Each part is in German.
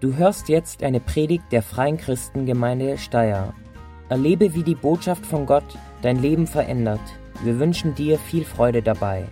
Du hörst jetzt eine Predigt der Freien Christengemeinde Steyr. Erlebe, wie die Botschaft von Gott dein Leben verändert. Wir wünschen dir viel Freude dabei.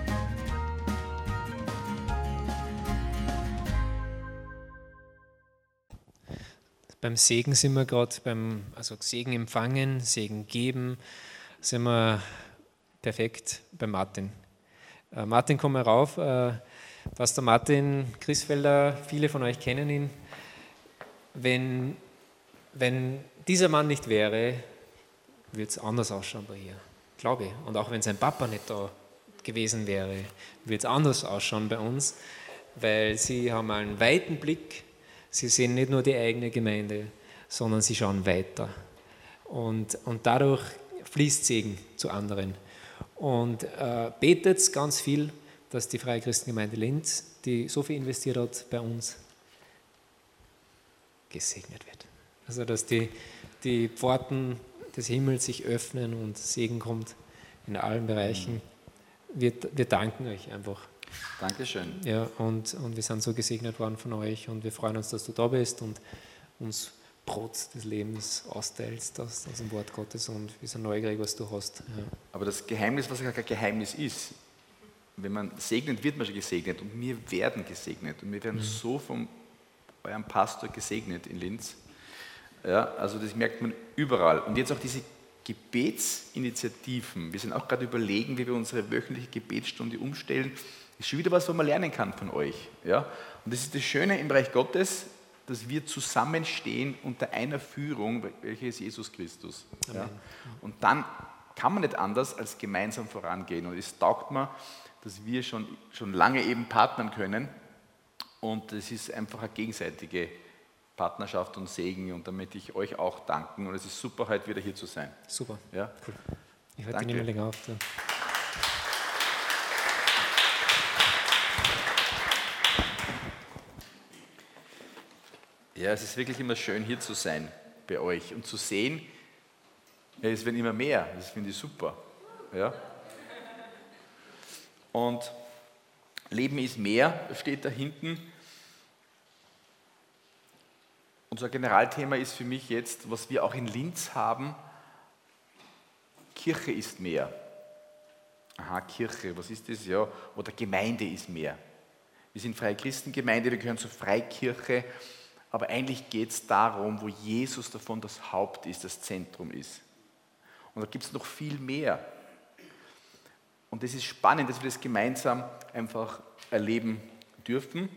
Beim Segen sind wir gerade, also Segen empfangen, Segen geben, sind wir perfekt bei Martin. Martin, komm mal rauf. Pastor Martin Chrisfelder, viele von euch kennen ihn. Wenn dieser Mann nicht wäre, würde es anders ausschauen bei hier, glaube ich. Und auch wenn sein Papa nicht da gewesen wäre, würde es anders ausschauen bei uns, weil sie haben einen weiten Blick. Sie sehen nicht nur die eigene Gemeinde, sondern sie schauen weiter. Und dadurch fließt Segen zu anderen. Und betet ganz viel, dass die Freie Christengemeinde Linz, die so viel investiert hat bei uns, gesegnet wird. Also dass die Pforten des Himmels sich öffnen und Segen kommt in allen Bereichen. Wir danken euch einfach. Dankeschön. Ja, und wir sind so gesegnet worden von euch und wir freuen uns, dass du da bist und uns Brot des Lebens austeilst aus dem Wort Gottes und wir sind neugierig, was du hast. Ja. Aber das Geheimnis, was ja kein Geheimnis ist, wenn man segnet, wird man schon gesegnet und wir werden gesegnet und wir werden so von eurem Pastor gesegnet in Linz. Ja, also das merkt man überall. Und jetzt auch diese Gebetsinitiativen. Wir sind auch gerade überlegen, wie wir unsere wöchentliche Gebetsstunde umstellen. Das ist schon wieder was man lernen kann von euch. Ja? Und das ist das Schöne im Reich Gottes, dass wir zusammenstehen unter einer Führung, welche ist Jesus Christus. Ja? Und dann kann man nicht anders als gemeinsam vorangehen. Und es taugt mir, dass wir schon lange eben partnern können. Und es ist einfach eine gegenseitige Partnerschaft und Segen. Und damit möchte ich euch auch danken. Und es ist super, heute wieder hier zu sein. Super, ja? Cool. Ich halte nicht mehr länger auf. Ja. Ja, es ist wirklich immer schön, hier zu sein bei euch und zu sehen, ja, es werden immer mehr, das finde ich super. Ja? Und Leben ist mehr, steht da hinten. Unser Generalthema ist für mich jetzt, was wir auch in Linz haben, Kirche ist mehr. Aha, Kirche, was ist das? Ja, oder Gemeinde ist mehr. Wir sind Freie Christengemeinde, wir gehören zur Freikirche. Aber eigentlich geht es darum, wo Jesus davon das Haupt ist, das Zentrum ist. Und da gibt es noch viel mehr. Und es ist spannend, dass wir das gemeinsam einfach erleben dürfen.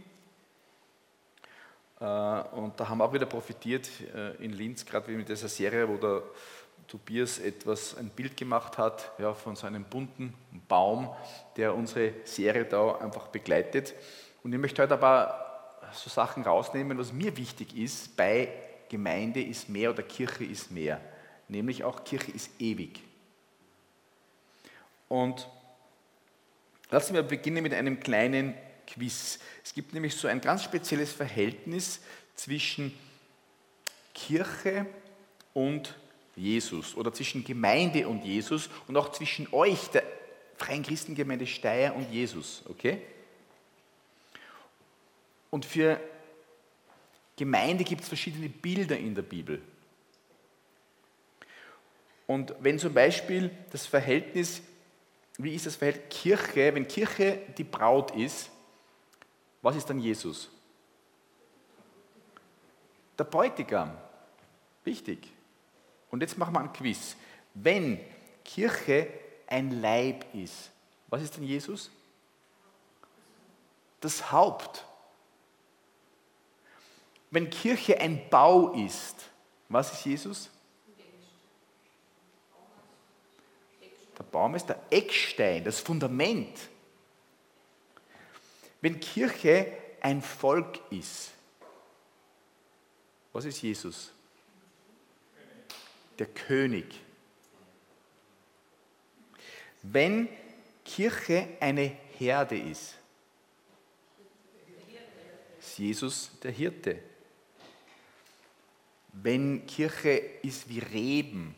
Und da haben wir auch wieder profitiert in Linz, gerade wie mit dieser Serie, wo der Tobias ein Bild gemacht hat, ja, von so einem bunten Baum, der unsere Serie da einfach begleitet. Und ich möchte heute aber so Sachen rausnehmen, was mir wichtig ist, bei Gemeinde ist mehr oder Kirche ist mehr. Nämlich auch Kirche ist ewig. Und lassen wir beginnen mit einem kleinen Quiz. Es gibt nämlich so ein ganz spezielles Verhältnis zwischen Kirche und Jesus oder zwischen Gemeinde und Jesus und auch zwischen euch, der Freien Christengemeinde Steyr und Jesus. Okay? Und für Gemeinde gibt es verschiedene Bilder in der Bibel. Und wenn zum Beispiel das Verhältnis, wie ist das Verhältnis Kirche, wenn Kirche die Braut ist, was ist dann Jesus? Der Bräutigam. Wichtig. Und jetzt machen wir ein Quiz. Wenn Kirche ein Leib ist, was ist dann Jesus? Das Haupt. Wenn Kirche ein Bau ist, was ist Jesus? Der Baum ist der Eckstein, das Fundament. Wenn Kirche ein Volk ist, was ist Jesus? Der König. Wenn Kirche eine Herde ist Jesus der Hirte. Wenn Kirche ist wie Reben,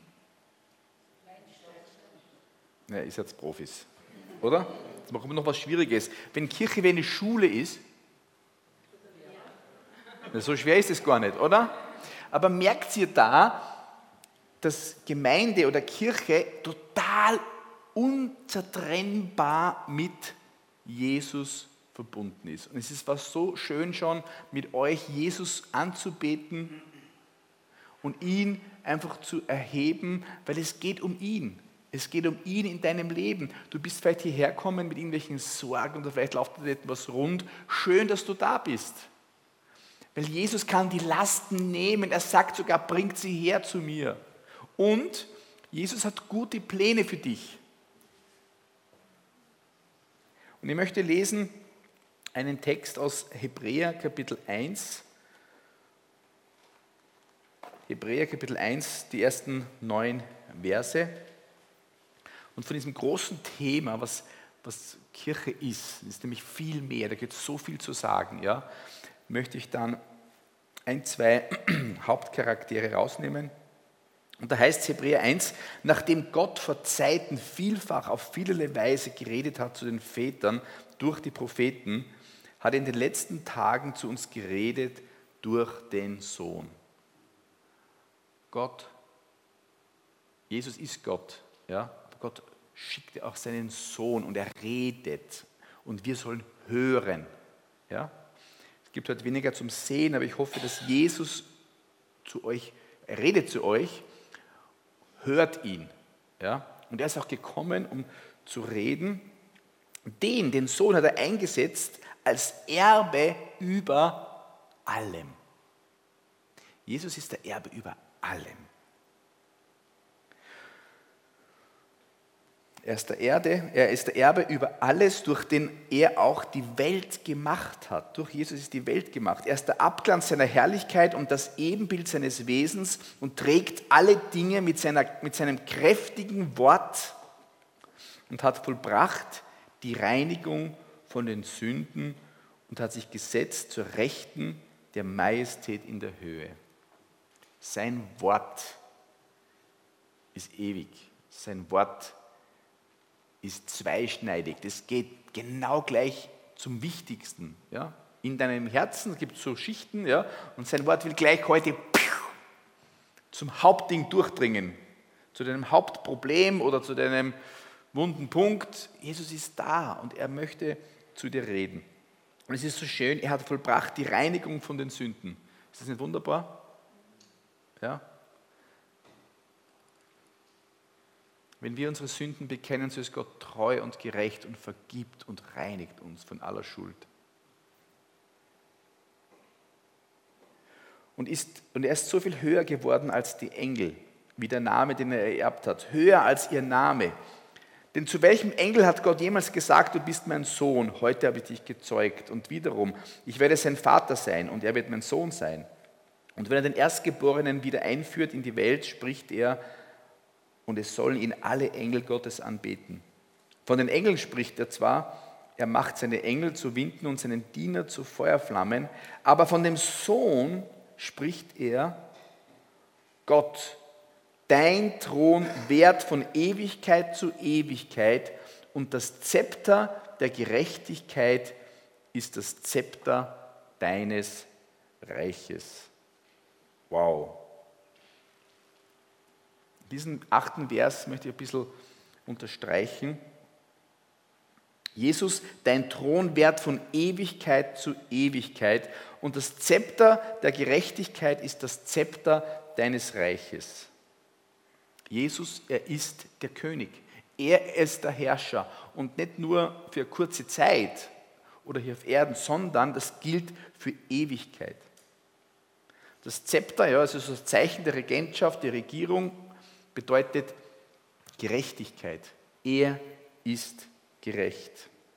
ja, ihr seid Profis, oder? Jetzt machen wir noch was Schwieriges. Wenn Kirche wie eine Schule ist, So schwer ist es gar nicht, oder? Aber merkt ihr da, dass Gemeinde oder Kirche total unzertrennbar mit Jesus verbunden ist. Und es ist was so schön schon, mit euch Jesus anzubeten und ihn einfach zu erheben, weil es geht um ihn. Es geht um ihn in deinem Leben. Du bist vielleicht hierher gekommen mit irgendwelchen Sorgen oder vielleicht läuft dir etwas rund. Schön, dass du da bist. Weil Jesus kann die Lasten nehmen. Er sagt sogar, bringt sie her zu mir. Und Jesus hat gute Pläne für dich. Und ich möchte lesen einen Text aus Hebräer Kapitel 1. Hebräer Kapitel 1, die ersten 9 Verse. Und von diesem großen Thema, was Kirche ist nämlich viel mehr, da gibt es so viel zu sagen, ja, möchte ich dann 1, 2 Hauptcharaktere rausnehmen. Und da heißt es Hebräer 1, nachdem Gott vor Zeiten vielfach auf vielerlei Weise geredet hat zu den Vätern durch die Propheten, hat er in den letzten Tagen zu uns geredet durch den Sohn. Gott, Jesus ist Gott, ja, Gott schickt auch seinen Sohn und er redet und wir sollen hören. Ja? Es gibt heute weniger zum Sehen, aber ich hoffe, dass Jesus zu euch, er redet zu euch, hört ihn. Ja? Und er ist auch gekommen, um zu reden. Den Sohn hat er eingesetzt als Erbe über allem. Jesus ist der Erbe über allem. Er ist der Erbe über alles, durch den er auch die Welt gemacht hat. Durch Jesus ist die Welt gemacht. Er ist der Abglanz seiner Herrlichkeit und das Ebenbild seines Wesens und trägt alle Dinge mit seinem kräftigen Wort und hat vollbracht die Reinigung von den Sünden und hat sich gesetzt zur Rechten der Majestät in der Höhe. Sein Wort ist ewig. Sein Wort ist zweischneidig. Das geht genau gleich zum Wichtigsten. Ja? In deinem Herzen gibt es so Schichten, ja? Und sein Wort will gleich heute zum Hauptding durchdringen, zu deinem Hauptproblem oder zu deinem wunden Punkt. Jesus ist da und er möchte zu dir reden. Und es ist so schön, er hat vollbracht die Reinigung von den Sünden. Ist das nicht wunderbar? Ja? Wenn wir unsere Sünden bekennen, so ist Gott treu und gerecht und vergibt und reinigt uns von aller Schuld. Und er ist so viel höher geworden als die Engel, wie der Name, den er ererbt hat. Höher als ihr Name. Denn zu welchem Engel hat Gott jemals gesagt, du bist mein Sohn, heute habe ich dich gezeugt. Und wiederum, ich werde sein Vater sein und er wird mein Sohn sein. Und wenn er den Erstgeborenen wieder einführt in die Welt, spricht er, und es sollen ihn alle Engel Gottes anbeten. Von den Engeln spricht er zwar, er macht seine Engel zu Winden und seinen Diener zu Feuerflammen, aber von dem Sohn spricht er, Gott, dein Thron währt von Ewigkeit zu Ewigkeit und das Zepter der Gerechtigkeit ist das Zepter deines Reiches. Wow. Diesen 8. Vers möchte ich ein bisschen unterstreichen. Jesus, dein Thron währt von Ewigkeit zu Ewigkeit und das Zepter der Gerechtigkeit ist das Zepter deines Reiches. Jesus, er ist der König. Er ist der Herrscher und nicht nur für eine kurze Zeit oder hier auf Erden, sondern das gilt für Ewigkeit. Das Zepter, ja, also so das Zeichen der Regentschaft, der Regierung, bedeutet Gerechtigkeit. Er ist gerecht.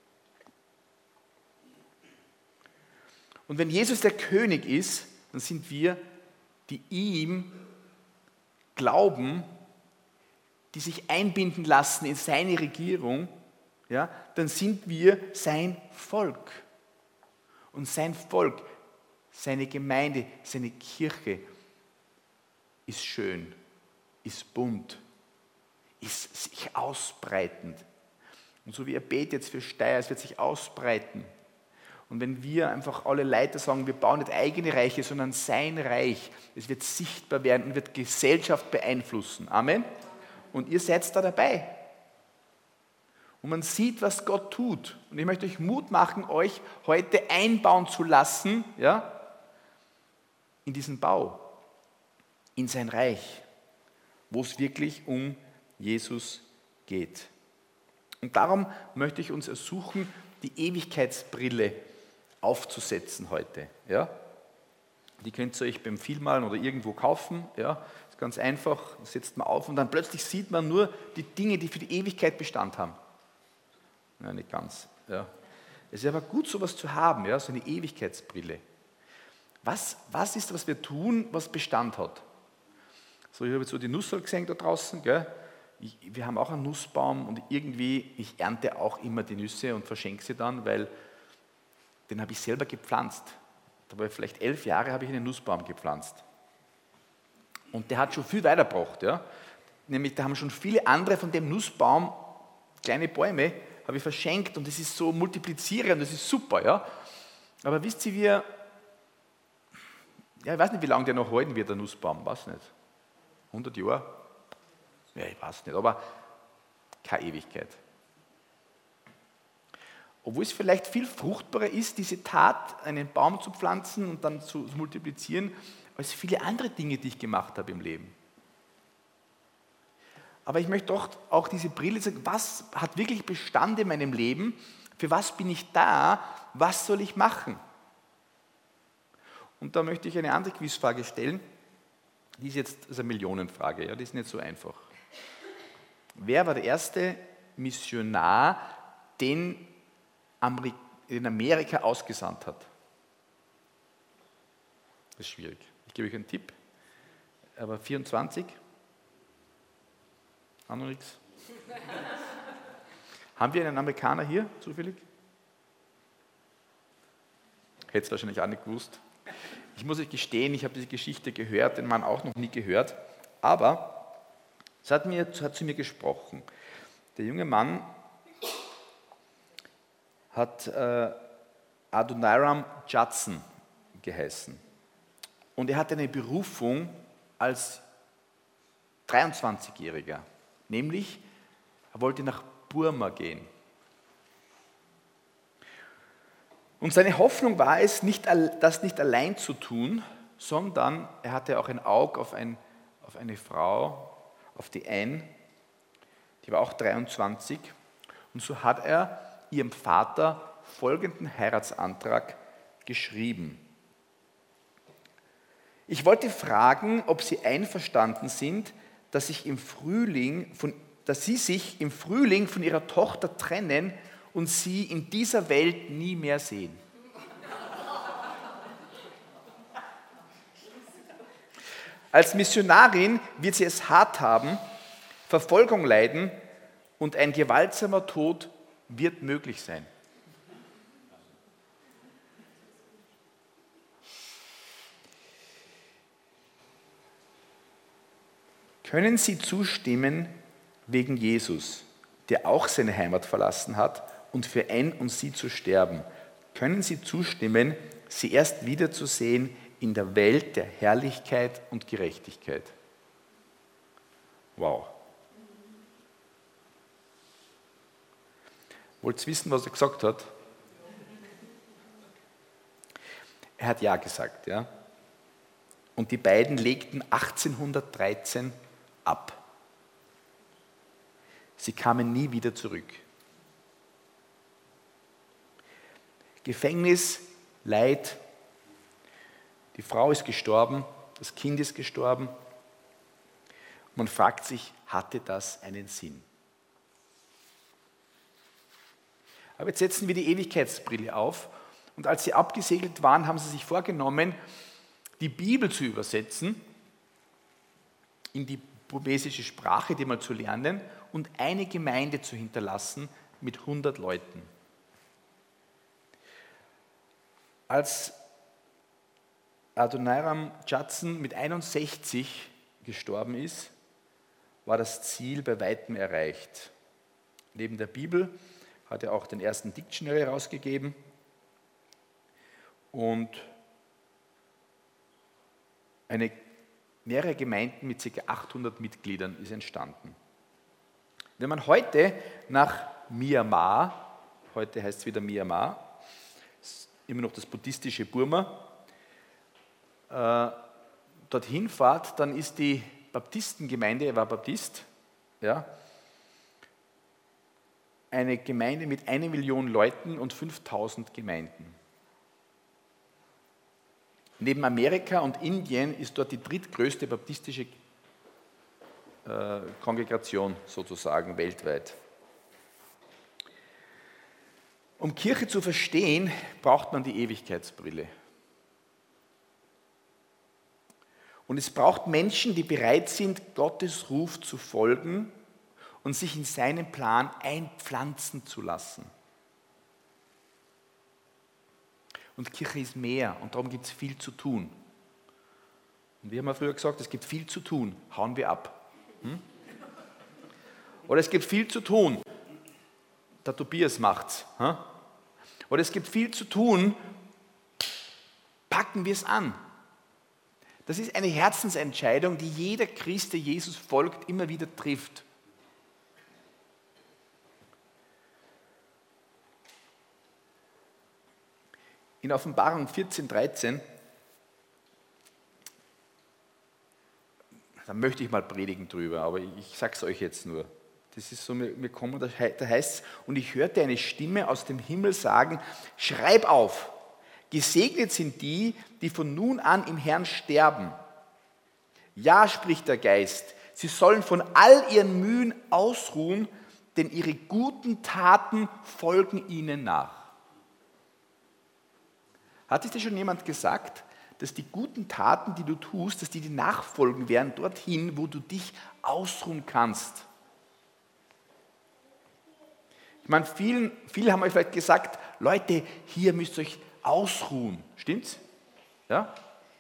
Und wenn Jesus der König ist, dann sind wir, die ihm glauben, die sich einbinden lassen in seine Regierung, ja, dann sind wir sein Volk. Und sein Volk, seine Gemeinde, seine Kirche ist schön, ist bunt, ist sich ausbreitend. Und so wie er betet jetzt für Steyr, es wird sich ausbreiten. Und wenn wir einfach alle Leiter sagen, wir bauen nicht eigene Reiche, sondern sein Reich, es wird sichtbar werden und wird Gesellschaft beeinflussen. Amen. Und ihr seid da dabei. Und man sieht, was Gott tut. Und ich möchte euch Mut machen, euch heute einbauen zu lassen, ja, in diesen Bau, in sein Reich, wo es wirklich um Jesus geht. Und darum möchte ich uns ersuchen, die Ewigkeitsbrille aufzusetzen heute. Ja? Die könnt ihr euch beim Vielmalen oder irgendwo kaufen. Ja? Ist ganz einfach, setzt man auf und dann plötzlich sieht man nur die Dinge, die für die Ewigkeit Bestand haben. Nein, nicht ganz. Ja. Es ist aber gut, sowas zu haben, ja? So eine Ewigkeitsbrille. Was ist, was wir tun, was Bestand hat? So, ich habe jetzt so die Nussel gesehen da draußen. Gell? Wir haben auch einen Nussbaum und irgendwie, ich ernte auch immer die Nüsse und verschenke sie dann, weil den habe ich selber gepflanzt. Da war ich vielleicht 11 Jahre, habe ich einen Nussbaum gepflanzt. Und der hat schon viel weitergebracht. Ja? Nämlich, da haben schon viele andere von dem Nussbaum, kleine Bäume, habe ich verschenkt und das ist so multiplizierend, das ist super. Ja? Aber wisst ihr, ja, ich weiß nicht, wie lange der noch halten wird, der Nussbaum, weiß nicht. 100 Jahre? Ja, ich weiß nicht, aber keine Ewigkeit. Obwohl es vielleicht viel fruchtbarer ist, diese Tat, einen Baum zu pflanzen und dann zu multiplizieren, als viele andere Dinge, die ich gemacht habe im Leben. Aber ich möchte doch auch diese Brille sagen, was hat wirklich Bestand in meinem Leben? Für was bin ich da? Was soll ich machen? Und da möchte ich eine andere Quizfrage stellen. Die ist jetzt eine Millionenfrage, ja, die ist nicht so einfach. Wer war der erste Missionar, den in Amerika ausgesandt hat? Das ist schwierig. Ich gebe euch einen Tipp. Aber 24? Auch noch nichts? Haben wir einen Amerikaner hier, zufällig? Hätte es wahrscheinlich auch nicht gewusst. Ich muss euch gestehen, ich habe diese Geschichte gehört, den Mann auch noch nie gehört, aber es hat zu mir gesprochen. Der junge Mann hat Adoniram Judson geheißen. Und er hatte eine Berufung als 23-Jähriger, nämlich er wollte nach Burma gehen. Und seine Hoffnung war es, das nicht allein zu tun, sondern er hatte auch ein Auge auf eine Frau, auf die Anne, die war auch 23. Und so hat er ihrem Vater folgenden Heiratsantrag geschrieben. Ich wollte fragen, ob Sie einverstanden sind, dass Sie sich im Frühling von Ihrer Tochter trennen und sie in dieser Welt nie mehr sehen. Als Missionarin wird sie es hart haben, Verfolgung leiden und ein gewaltsamer Tod wird möglich sein. Können Sie zustimmen wegen Jesus, der auch seine Heimat verlassen hat, und für Anne und sie zu sterben? Können Sie zustimmen, sie erst wiederzusehen in der Welt der Herrlichkeit und Gerechtigkeit? Wow. Wollt ihr wissen, was er gesagt hat? Er hat Ja gesagt, ja. Und die beiden legten 1813 ab. Sie kamen nie wieder zurück. Gefängnis, Leid, die Frau ist gestorben, das Kind ist gestorben. Man fragt sich, hatte das einen Sinn? Aber jetzt setzen wir die Ewigkeitsbrille auf und als sie abgesegelt waren, haben sie sich vorgenommen, die Bibel zu übersetzen in die burmesische Sprache, die mal zu lernen und eine Gemeinde zu hinterlassen mit 100 Leuten. Als Adoniram Judson mit 61 gestorben ist, war das Ziel bei weitem erreicht. Neben der Bibel hat er auch den ersten Dictionary herausgegeben und mehrere Gemeinden mit ca. 800 Mitgliedern ist entstanden. Wenn man heute nach Myanmar, heute heißt es wieder Myanmar, immer noch das buddhistische Burma, dorthin fahrt, dann ist die Baptistengemeinde, er war Baptist, ja, eine Gemeinde mit 1 Million Leuten und 5000 Gemeinden. Neben Amerika und Indien ist dort die drittgrößte baptistische Kongregation sozusagen weltweit. Um Kirche zu verstehen, braucht man die Ewigkeitsbrille. Und es braucht Menschen, die bereit sind, Gottes Ruf zu folgen und sich in seinen Plan einpflanzen zu lassen. Und Kirche ist mehr und darum gibt es viel zu tun. Und wir haben ja früher gesagt, es gibt viel zu tun, hauen wir ab. Oder es gibt viel zu tun, der Tobias macht's. Oder es gibt viel zu tun, packen wir es an. Das ist eine Herzensentscheidung, die jeder Christ, der Jesus folgt, immer wieder trifft. In Offenbarung 14,13, da möchte ich mal predigen drüber, aber ich sage es euch jetzt nur. Das ist so, wir kommen, da heißt es, und ich hörte eine Stimme aus dem Himmel sagen, schreib auf, gesegnet sind die, die von nun an im Herrn sterben. Ja, spricht der Geist, sie sollen von all ihren Mühen ausruhen, denn ihre guten Taten folgen ihnen nach. Hat es dir schon jemand gesagt, dass die guten Taten, die du tust, dass die nachfolgen werden dorthin, wo du dich ausruhen kannst? Ich meine, viele haben euch vielleicht gesagt, Leute, hier müsst ihr euch ausruhen. Stimmt's? Ja?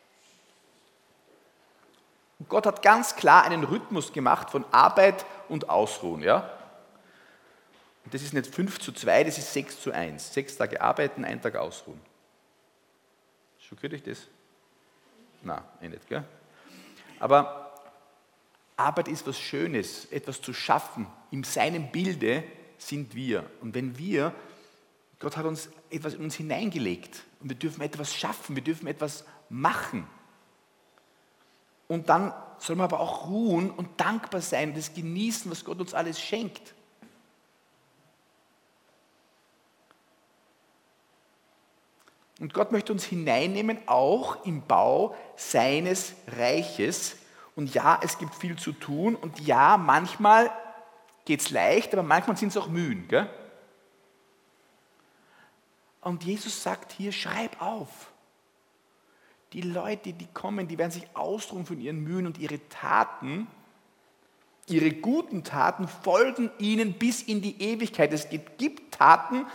Und Gott hat ganz klar einen Rhythmus gemacht von Arbeit und Ausruhen. Ja? Und das ist nicht 5:2, das ist 6:1. 6 Tage arbeiten, 1 Tag ausruhen. Schockiert euch das? Nein, nicht, gell? Aber Arbeit ist was Schönes, etwas zu schaffen. In seinem Bilde sind wir. Und wenn Gott hat uns etwas in uns hineingelegt und wir dürfen etwas schaffen, wir dürfen etwas machen. Und dann soll man aber auch ruhen und dankbar sein und das genießen, was Gott uns alles schenkt. Und Gott möchte uns hineinnehmen, auch im Bau seines Reiches. Und ja, es gibt viel zu tun. Und ja, manchmal geht es leicht, aber manchmal sind es auch Mühen. Gell? Und Jesus sagt hier, schreib auf. Die Leute, die kommen, die werden sich ausruhen von ihren Mühen und ihre Taten, ihre guten Taten folgen ihnen bis in die Ewigkeit. Es gibt Taten,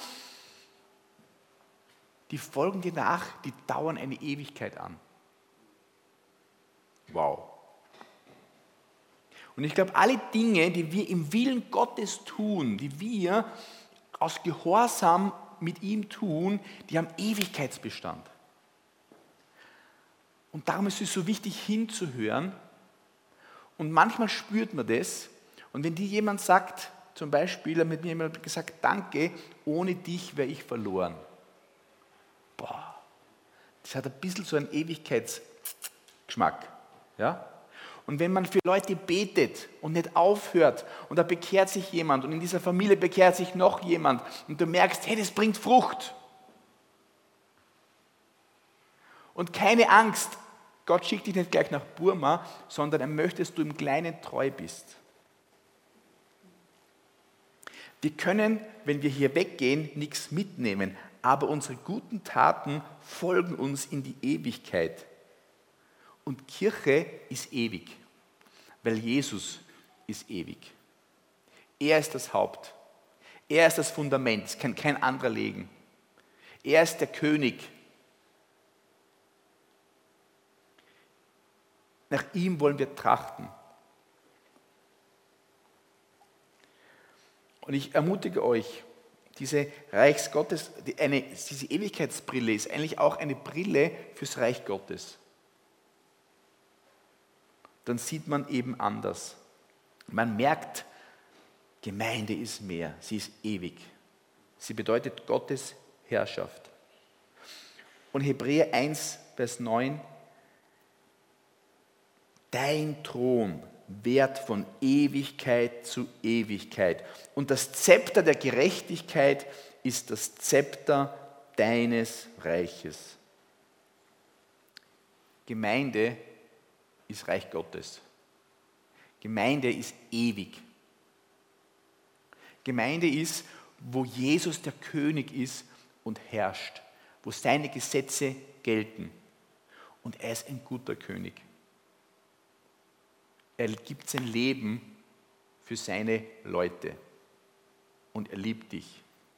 die folgen dir nach, die dauern eine Ewigkeit an. Wow. Und ich glaube, alle Dinge, die wir im Willen Gottes tun, die wir aus Gehorsam mit ihm tun, die haben Ewigkeitsbestand. Und darum ist es so wichtig hinzuhören. Und manchmal spürt man das. Und wenn dir jemand sagt, zum Beispiel, hat mit mir jemand gesagt, danke, ohne dich wäre ich verloren. Boah, das hat ein bisschen so einen Ewigkeitsgeschmack. Ja? Und wenn man für Leute betet und nicht aufhört und da bekehrt sich jemand und in dieser Familie bekehrt sich noch jemand und du merkst, hey, das bringt Frucht. Und keine Angst, Gott schickt dich nicht gleich nach Burma, sondern er möchte, dass du im Kleinen treu bist. Wir können, wenn wir hier weggehen, nichts mitnehmen, aber unsere guten Taten folgen uns in die Ewigkeit. Und Kirche ist ewig, weil Jesus ist ewig. Er ist das Haupt. Er ist das Fundament, das kann kein anderer legen. Er ist der König. Nach ihm wollen wir trachten. Und ich ermutige euch, Diese Reichs Gottes, diese Ewigkeitsbrille ist eigentlich auch eine Brille fürs Reich Gottes. Dann sieht man eben anders. Man merkt, Gemeinde ist mehr, sie ist ewig. Sie bedeutet Gottes Herrschaft. Und Hebräer 1, Vers 9, dein Thron währt von Ewigkeit zu Ewigkeit. Und das Zepter der Gerechtigkeit ist das Zepter deines Reiches. Gemeinde ist Reich Gottes. Gemeinde ist ewig. Gemeinde ist, wo Jesus der König ist und herrscht, wo seine Gesetze gelten. Und er ist ein guter König. Er gibt sein Leben für seine Leute und er liebt dich.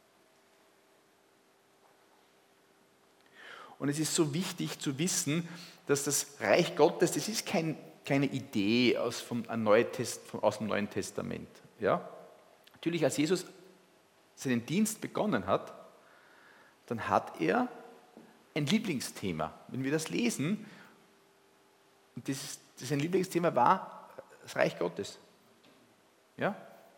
Und es ist so wichtig zu wissen, dass das Reich Gottes, das ist keine Idee aus dem Neuen Testament. Ja? Natürlich, als Jesus seinen Dienst begonnen hat, dann hat er ein Lieblingsthema. Wenn wir das lesen, und sein Lieblingsthema war das Reich Gottes. Ja?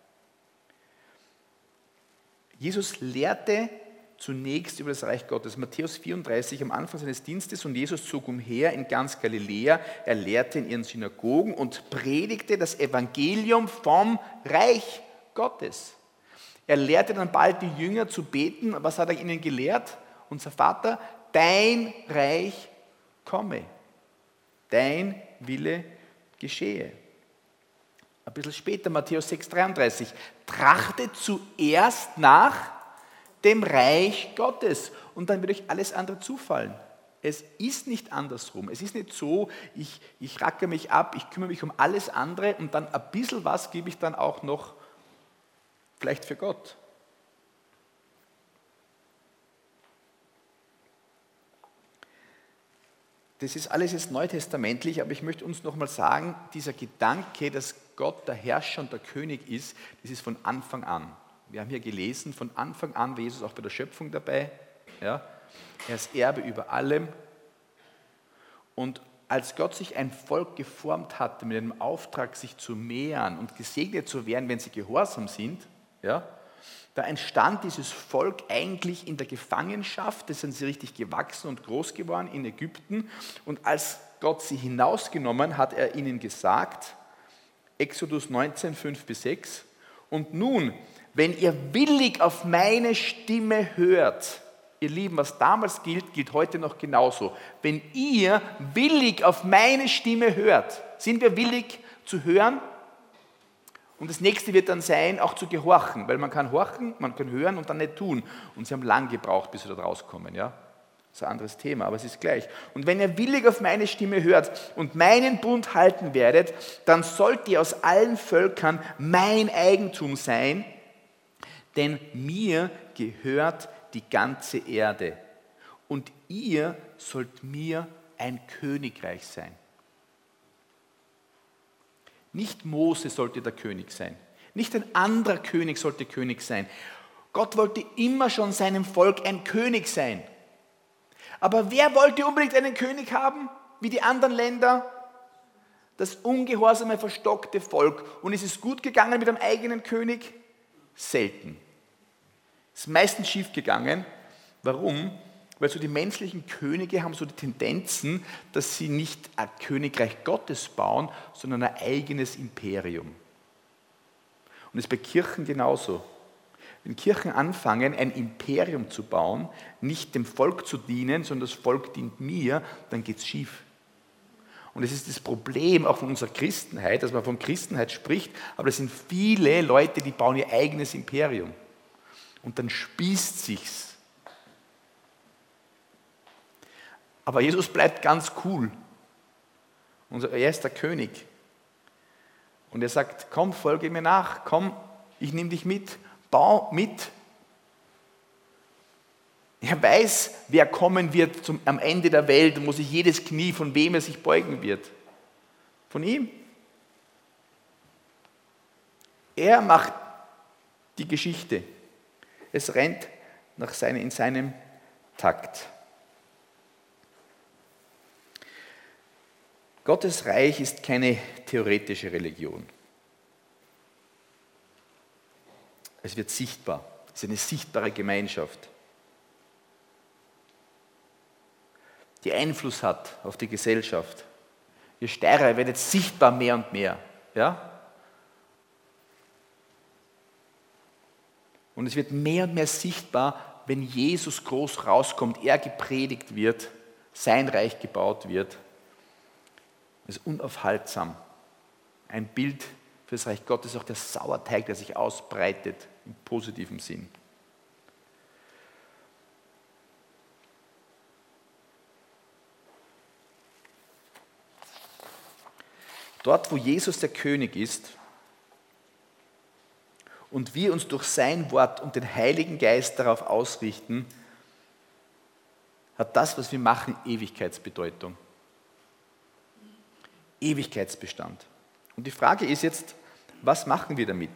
Jesus lehrte zunächst über das Reich Gottes. Matthäus 34 am Anfang seines Dienstes und Jesus zog umher in ganz Galiläa. Er lehrte in ihren Synagogen und predigte das Evangelium vom Reich Gottes. Er lehrte dann bald die Jünger zu beten. Was hat er ihnen gelehrt? Unser Vater, dein Reich komme, dein Wille geschehe. Ein bisschen später, Matthäus 6,33, trachtet zuerst nach dem Reich Gottes und dann wird euch alles andere zufallen. Es ist nicht andersrum. Es ist nicht so, ich rackere mich ab, ich kümmere mich um alles andere und dann ein bisschen was gebe ich dann auch noch vielleicht für Gott. Das ist alles jetzt neutestamentlich, aber ich möchte uns nochmal sagen, dieser Gedanke, dass Gott der Herrscher und der König ist, das ist von Anfang an. Wir haben hier gelesen, von Anfang an war Jesus auch bei der Schöpfung dabei. Ja? Er ist Erbe über allem. Und als Gott sich ein Volk geformt hatte, mit dem Auftrag, sich zu mehren und gesegnet zu werden, wenn sie gehorsam sind, ja, da entstand dieses Volk eigentlich in der Gefangenschaft, da sind sie richtig gewachsen und groß geworden in Ägypten. Und als Gott sie hinausgenommen, hat er ihnen gesagt, Exodus 19, 5-6, und nun, wenn ihr willig auf meine Stimme hört, ihr Lieben, was damals gilt, gilt heute noch genauso. Wenn ihr willig auf meine Stimme hört, sind wir willig zu hören? Und das nächste wird dann sein, auch zu gehorchen, weil man kann horchen, man kann hören und dann nicht tun. Und sie haben lang gebraucht, bis sie da rauskommen. Ja? Das ist ein anderes Thema, aber es ist gleich. Und wenn ihr willig auf meine Stimme hört und meinen Bund halten werdet, dann sollt ihr aus allen Völkern mein Eigentum sein, denn mir gehört die ganze Erde. Und ihr sollt mir ein Königreich sein. Nicht Mose sollte der König sein. Nicht ein anderer König sollte König sein. Gott wollte immer schon seinem Volk ein König sein. Aber wer wollte unbedingt einen König haben, wie die anderen Länder? Das ungehorsame, verstockte Volk. Und ist es gut gegangen mit einem eigenen König? Selten. Es ist meistens schief gegangen. Warum? Weil so die menschlichen Könige haben so die Tendenzen, dass sie nicht ein Königreich Gottes bauen, sondern ein eigenes Imperium. Und das ist bei Kirchen genauso. Wenn Kirchen anfangen, ein Imperium zu bauen, nicht dem Volk zu dienen, sondern das Volk dient mir, dann geht es schief. Und es ist das Problem auch von unserer Christenheit, dass man von Christenheit spricht, aber es sind viele Leute, die bauen ihr eigenes Imperium. Und dann spießt sich's. Aber Jesus bleibt ganz cool. Und er ist der König. Und er sagt, komm, folge mir nach, komm, ich nehme dich mit, bau mit. Er weiß, wer kommen wird am Ende der Welt und wo sich jedes Knie, von wem er sich beugen wird. Von ihm. Er macht die Geschichte. Es rennt in seinem Takt. Gottes Reich ist keine theoretische Religion. Es wird sichtbar. Es ist eine sichtbare Gemeinschaft, die Einfluss hat auf die Gesellschaft. Ihr Steirer werdet sichtbar mehr und mehr. Ja? Und es wird mehr und mehr sichtbar, wenn Jesus groß rauskommt, er gepredigt wird, sein Reich gebaut wird. Es ist unaufhaltsam. Ein Bild für das Reich Gottes ist auch der Sauerteig, der sich ausbreitet, im positiven Sinn. Dort, wo Jesus der König ist und wir uns durch sein Wort und den Heiligen Geist darauf ausrichten, hat das, was wir machen, Ewigkeitsbedeutung. Ewigkeitsbestand. Und die Frage ist jetzt, was machen wir damit?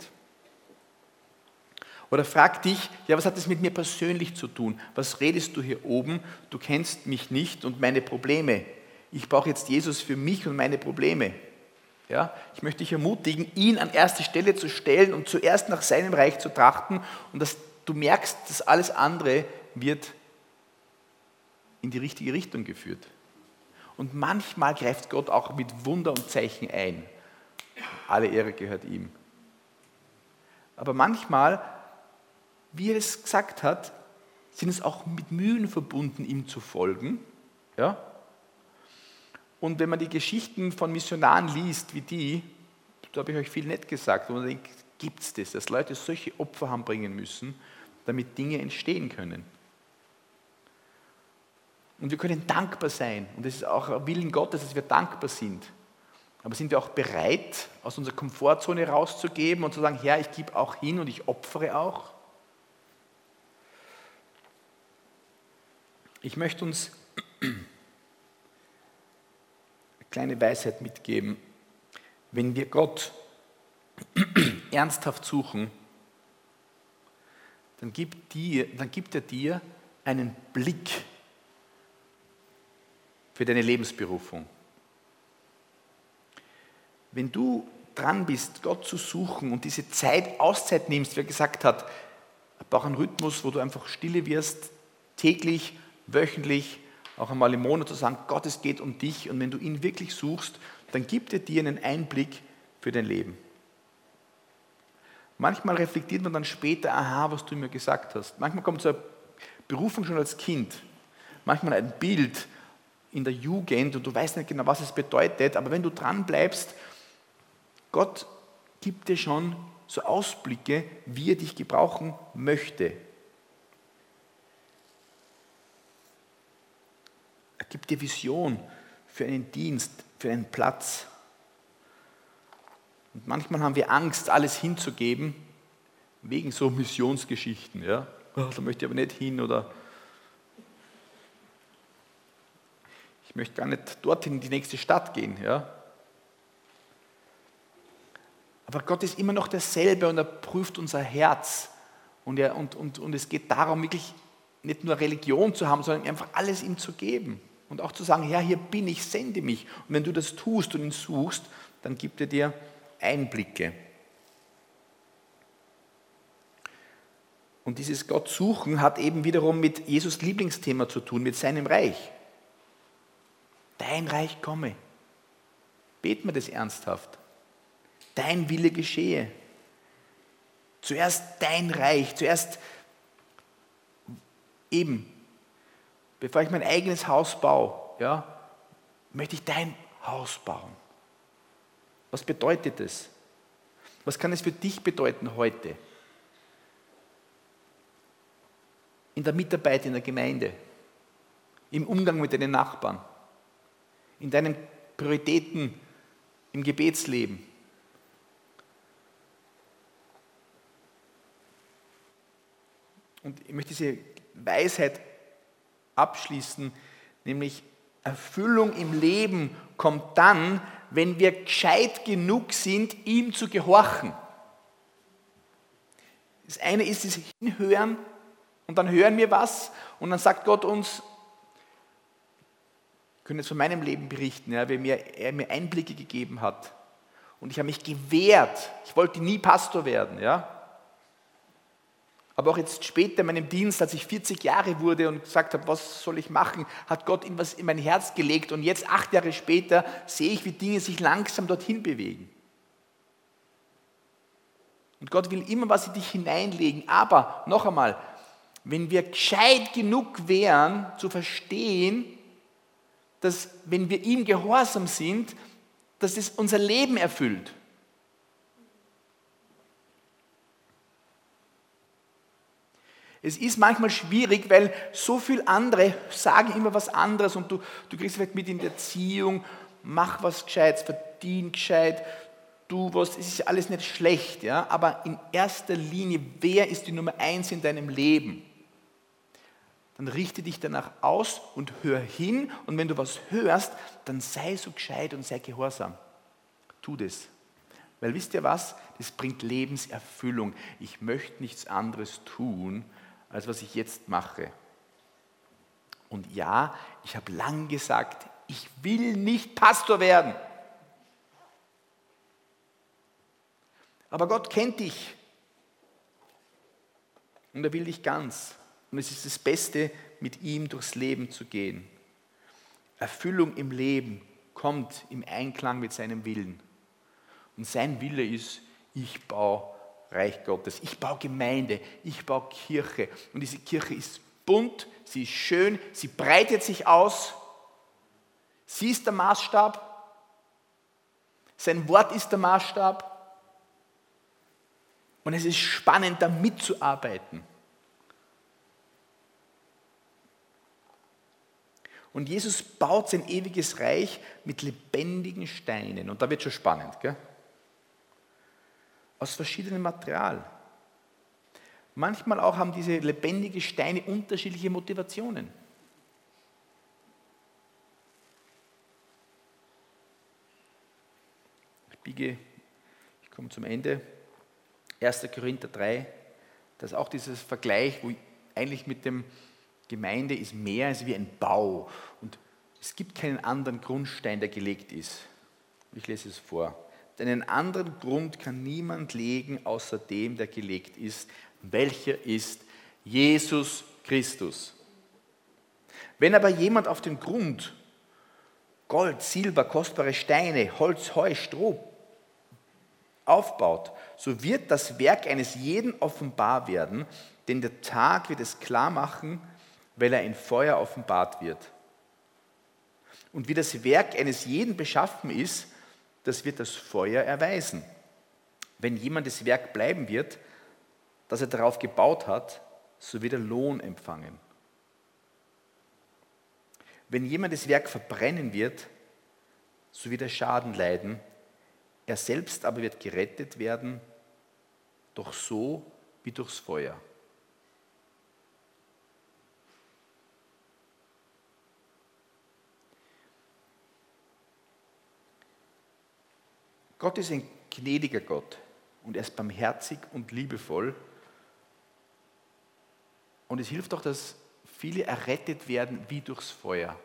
Oder frag dich, ja, was hat das mit mir persönlich zu tun? Was redest du hier oben? Du kennst mich nicht und meine Probleme. Ich brauche jetzt Jesus für mich und meine Probleme. Ja, ich möchte dich ermutigen, ihn an erste Stelle zu stellen und zuerst nach seinem Reich zu trachten und dass du merkst, dass alles andere wird in die richtige Richtung geführt. Und manchmal greift Gott auch mit Wunder und Zeichen ein. Alle Ehre gehört ihm. Aber manchmal, wie er es gesagt hat, sind es auch mit Mühen verbunden, ihm zu folgen. Ja? Und wenn man die Geschichten von Missionaren liest, wie die, da habe ich euch viel nett gesagt, wo man denkt, gibt es das, dass Leute solche Opfer haben bringen müssen, damit Dinge entstehen können. Und wir können dankbar sein. Und es ist auch ein Willen Gottes, dass wir dankbar sind. Aber sind wir auch bereit, aus unserer Komfortzone rauszugeben und zu sagen, Herr, ich gebe auch hin und ich opfere auch? Ich möchte uns eine kleine Weisheit mitgeben. Wenn wir Gott ernsthaft suchen, dann gibt er dir einen Blick für deine Lebensberufung. Wenn du dran bist, Gott zu suchen und diese Auszeit nimmst, wie er gesagt hat, auch einen Rhythmus, wo du einfach stille wirst, täglich, wöchentlich, auch einmal im Monat zu sagen, Gott, es geht um dich, und wenn du ihn wirklich suchst, dann gibt er dir einen Einblick für dein Leben. Manchmal reflektiert man dann später, aha, was du mir gesagt hast. Manchmal kommt so eine Berufung schon als Kind, manchmal ein Bild in der Jugend und du weißt nicht genau, was es bedeutet, aber wenn du dran bleibst, Gott gibt dir schon so Ausblicke, wie er dich gebrauchen möchte. Er gibt dir Vision für einen Dienst, für einen Platz. Und manchmal haben wir Angst, alles hinzugeben, wegen so Missionsgeschichten. Ja? Da möchte ich aber nicht hin oder ich möchte gar nicht dorthin in die nächste Stadt gehen. Ja? Aber Gott ist immer noch derselbe und er prüft unser Herz. Und es geht darum, wirklich nicht nur Religion zu haben, sondern einfach alles ihm zu geben. Und auch zu sagen, Herr, hier bin ich, sende mich. Und wenn du das tust und ihn suchst, dann gibt er dir Einblicke. Und dieses Gott suchen hat eben wiederum mit Jesus Lieblingsthema zu tun, mit seinem Reich. Dein Reich komme. Beten wir das ernsthaft. Dein Wille geschehe. Zuerst dein Reich, zuerst eben, bevor ich mein eigenes Haus baue, ja, möchte ich dein Haus bauen. Was bedeutet das? Was kann es für dich bedeuten heute? In der Mitarbeit in der Gemeinde, im Umgang mit deinen Nachbarn, in deinen Prioritäten im Gebetsleben. Und ich möchte diese Weisheit abschließen, nämlich Erfüllung im Leben kommt dann, wenn wir gescheit genug sind, ihm zu gehorchen. Das eine ist das Hinhören und dann hören wir was und dann sagt Gott uns, ich kann jetzt von meinem Leben berichten, ja, wie er mir Einblicke gegeben hat. Und ich habe mich gewehrt. Ich wollte nie Pastor werden. Ja. Aber auch jetzt später in meinem Dienst, als ich 40 Jahre wurde und gesagt habe, was soll ich machen, hat Gott etwas in mein Herz gelegt. Und jetzt, 8 Jahre später, sehe ich, wie Dinge sich langsam dorthin bewegen. Und Gott will immer was in dich hineinlegen. Aber, noch einmal, wenn wir gescheit genug wären, zu verstehen, dass, wenn wir ihm gehorsam sind, dass es unser Leben erfüllt. Es ist manchmal schwierig, weil so viele andere sagen immer was anderes und du kriegst vielleicht mit in der Erziehung, mach was Gescheites, verdien gescheit, tu was, es ist alles nicht schlecht, ja? Aber in erster Linie, wer ist die Nummer 1 in deinem Leben? Dann richte dich danach aus und hör hin. Und wenn du was hörst, dann sei so gescheit und sei gehorsam. Tu das. Weil wisst ihr was? Das bringt Lebenserfüllung. Ich möchte nichts anderes tun, als was ich jetzt mache. Und ja, ich habe lang gesagt, ich will nicht Pastor werden. Aber Gott kennt dich. Und er will dich ganz. Und es ist das Beste, mit ihm durchs Leben zu gehen. Erfüllung im Leben kommt im Einklang mit seinem Willen. Und sein Wille ist, ich baue Reich Gottes, ich baue Gemeinde, ich baue Kirche. Und diese Kirche ist bunt, sie ist schön, sie breitet sich aus. Sie ist der Maßstab. Sein Wort ist der Maßstab. Und es ist spannend, da mitzuarbeiten. Und Jesus baut sein ewiges Reich mit lebendigen Steinen. Und da wird schon spannend, gell? Aus verschiedenem Material. Manchmal auch haben diese lebendigen Steine unterschiedliche Motivationen. Ich komme zum Ende. 1. Korinther 3, das ist auch dieses Vergleich, wo eigentlich mit dem Gemeinde ist mehr als wie ein Bau und es gibt keinen anderen Grundstein, der gelegt ist. Ich lese es vor. Denn einen anderen Grund kann niemand legen, außer dem, der gelegt ist. Welcher ist Jesus Christus? Wenn aber jemand auf dem Grund Gold, Silber, kostbare Steine, Holz, Heu, Stroh aufbaut, so wird das Werk eines jeden offenbar werden, denn der Tag wird es klar machen, weil er in Feuer offenbart wird. Und wie das Werk eines jeden beschaffen ist, das wird das Feuer erweisen. Wenn jemandes Werk bleiben wird, das er darauf gebaut hat, so wird er Lohn empfangen. Wenn jemandes Werk verbrennen wird, so wird er Schaden leiden. Er selbst aber wird gerettet werden, doch so wie durchs Feuer. Gott ist ein gnädiger Gott und er ist barmherzig und liebevoll. Und es hilft auch, dass viele errettet werden wie durchs Feuer.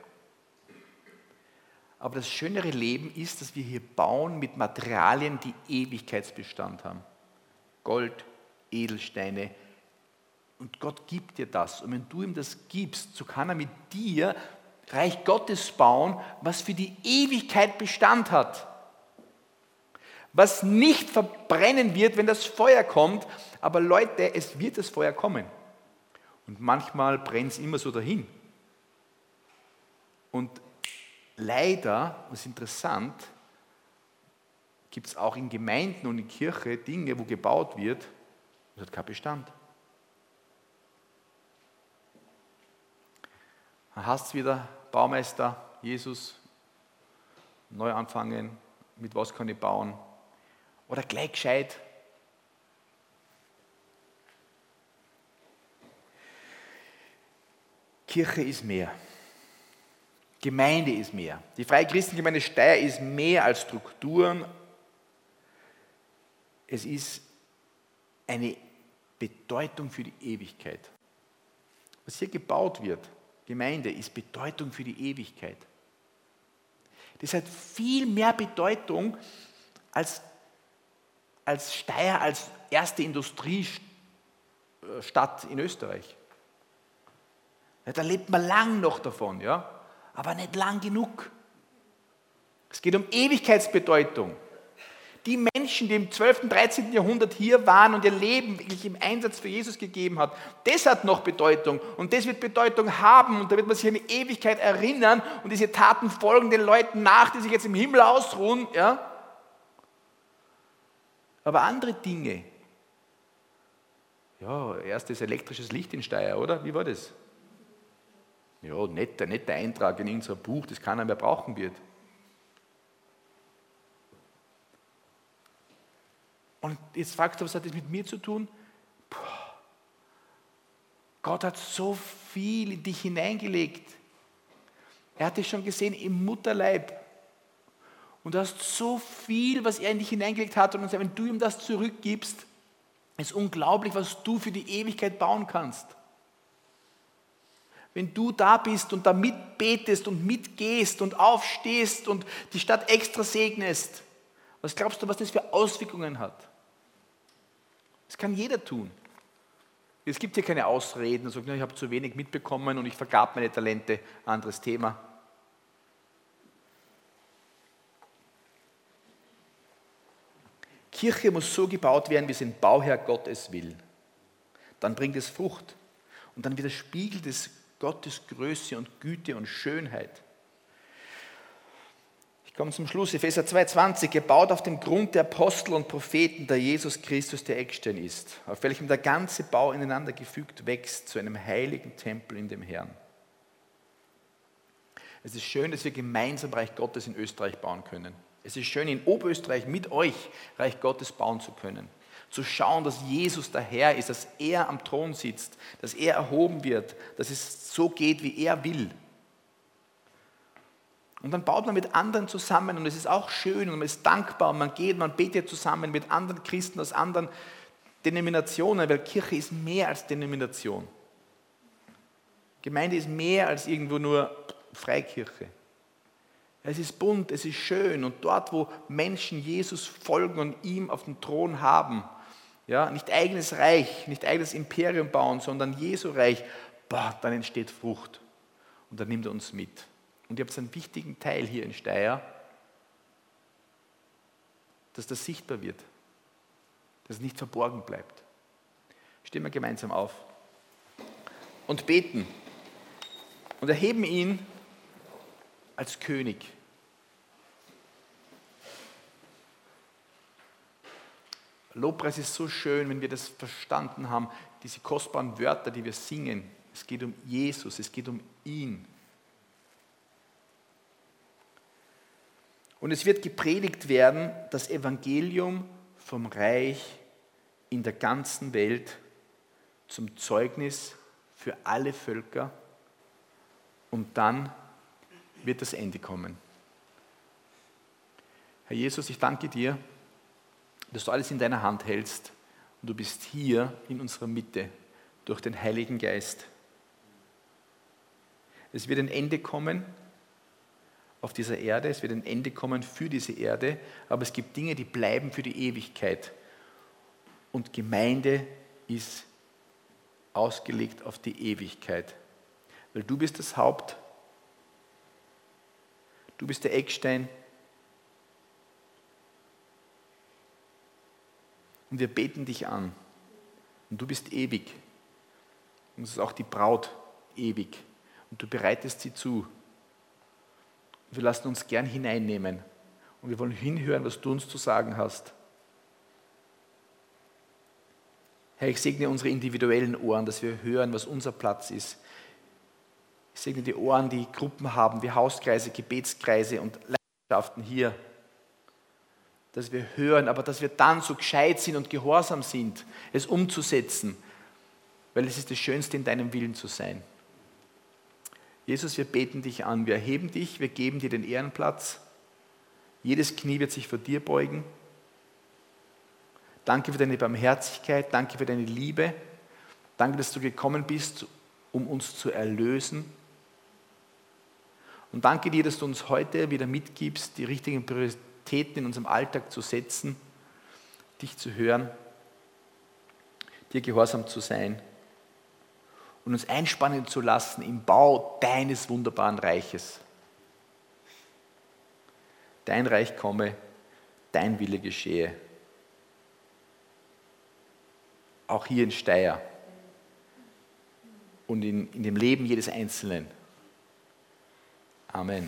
Aber das schönere Leben ist, dass wir hier bauen mit Materialien, die Ewigkeitsbestand haben. Gold, Edelsteine. Und Gott gibt dir das. Und wenn du ihm das gibst, so kann er mit dir Reich Gottes bauen, was für die Ewigkeit Bestand hat. Was nicht verbrennen wird, wenn das Feuer kommt. Aber Leute, es wird das Feuer kommen. Und manchmal brennt es immer so dahin. Und leider, das ist interessant, gibt es auch in Gemeinden und in Kirche Dinge, wo gebaut wird, das hat keinen Bestand. Dann hast du wieder Baumeister, Jesus, neu anfangen, mit was kann ich bauen? Oder gleich gescheit. Kirche ist mehr. Gemeinde ist mehr. Die Freie Christengemeinde Steyr ist mehr als Strukturen. Es ist eine Bedeutung für die Ewigkeit. Was hier gebaut wird, Gemeinde, ist Bedeutung für die Ewigkeit. Das hat viel mehr Bedeutung als Steyr, als erste Industriestadt in Österreich. Ja, da lebt man lang noch davon, ja? Aber nicht lang genug. Es geht um Ewigkeitsbedeutung. Die Menschen, die im 12. und 13. Jahrhundert hier waren und ihr Leben wirklich im Einsatz für Jesus gegeben hat, das hat noch Bedeutung und das wird Bedeutung haben und da wird man sich an die Ewigkeit erinnern und diese Taten folgen den Leuten nach, die sich jetzt im Himmel ausruhen. Ja? Aber andere Dinge, ja, erstes elektrisches Licht in Steyr, oder? Wie war das? Ja, netter Eintrag in unser Buch, das keiner mehr brauchen wird. Und jetzt fragst du, was hat das mit mir zu tun? Gott hat so viel in dich hineingelegt. Er hat dich schon gesehen im Mutterleib. Und du hast so viel, was er in dich hineingelegt hat. Und wenn du ihm das zurückgibst, ist unglaublich, was du für die Ewigkeit bauen kannst. Wenn du da bist und da mitbetest und mitgehst und aufstehst und die Stadt extra segnest, was glaubst du, was das für Auswirkungen hat? Das kann jeder tun. Es gibt hier keine Ausreden, also ich habe zu wenig mitbekommen und ich vergab meine Talente, anderes Thema. Kirche muss so gebaut werden, wie es ein Bauherr Gottes will. Dann bringt es Frucht und dann widerspiegelt es Gottes Größe und Güte und Schönheit. Ich komme zum Schluss, Epheser 2,20, gebaut auf dem Grund der Apostel und Propheten, der Jesus Christus der Eckstein ist, auf welchem der ganze Bau ineinander gefügt wächst zu einem heiligen Tempel in dem Herrn. Es ist schön, dass wir gemeinsam Reich Gottes in Österreich bauen können. Es ist schön, in Oberösterreich mit euch Reich Gottes bauen zu können. Zu schauen, dass Jesus der Herr ist, dass er am Thron sitzt, dass er erhoben wird, dass es so geht, wie er will. Und dann baut man mit anderen zusammen und es ist auch schön und man ist dankbar und man geht, man betet zusammen mit anderen Christen aus anderen Denominationen, weil Kirche ist mehr als Denomination. Gemeinde ist mehr als irgendwo nur Freikirche. Es ist bunt, es ist schön und dort, wo Menschen Jesus folgen und ihm auf dem Thron haben, ja, nicht eigenes Reich, nicht eigenes Imperium bauen, sondern Jesu Reich, dann entsteht Frucht und dann nimmt er uns mit. Und ihr habt einen wichtigen Teil hier in Steyr, dass das sichtbar wird, dass es nicht verborgen bleibt. Stehen wir gemeinsam auf und beten und erheben ihn als König. Lobpreis ist so schön, wenn wir das verstanden haben, diese kostbaren Wörter, die wir singen. Es geht um Jesus, es geht um ihn. Und es wird gepredigt werden, das Evangelium vom Reich in der ganzen Welt zum Zeugnis für alle Völker und dann wird das Ende kommen. Herr Jesus, ich danke dir, dass du alles in deiner Hand hältst und du bist hier in unserer Mitte durch den Heiligen Geist. Es wird ein Ende kommen auf dieser Erde, es wird ein Ende kommen für diese Erde, aber es gibt Dinge, die bleiben für die Ewigkeit. Und Gemeinde ist ausgelegt auf die Ewigkeit, weil du bist das Haupt, du bist der Eckstein und wir beten dich an und du bist ewig und es ist auch die Braut ewig und du bereitest sie zu. Wir lassen uns gern hineinnehmen und wir wollen hinhören, was du uns zu sagen hast. Herr, ich segne unsere individuellen Ohren, dass wir hören, was unser Platz ist. Ich segne die Ohren, die Gruppen haben, wie Hauskreise, Gebetskreise und Leidenschaften hier. Dass wir hören, aber dass wir dann so gescheit sind und gehorsam sind, es umzusetzen, weil es ist das Schönste, in deinem Willen zu sein. Jesus, wir beten dich an, wir erheben dich, wir geben dir den Ehrenplatz. Jedes Knie wird sich vor dir beugen. Danke für deine Barmherzigkeit, danke für deine Liebe. Danke, dass du gekommen bist, um uns zu erlösen. Und danke dir, dass du uns heute wieder mitgibst, die richtigen Prioritäten in unserem Alltag zu setzen, dich zu hören, dir gehorsam zu sein und uns einspannen zu lassen im Bau deines wunderbaren Reiches. Dein Reich komme, dein Wille geschehe. Auch hier in Steyr und in dem Leben jedes Einzelnen. Amen.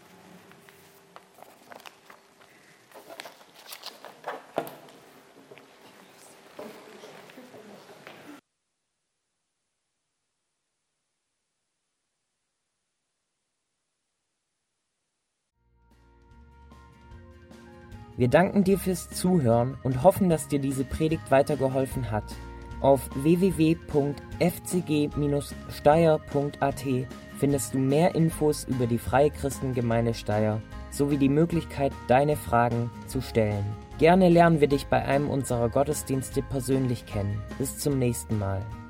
Wir danken dir fürs Zuhören und hoffen, dass dir diese Predigt weitergeholfen hat. Auf www.fcg-steyr.at findest du mehr Infos über die Freie Christengemeinde Steyr sowie die Möglichkeit, deine Fragen zu stellen. Gerne lernen wir dich bei einem unserer Gottesdienste persönlich kennen. Bis zum nächsten Mal.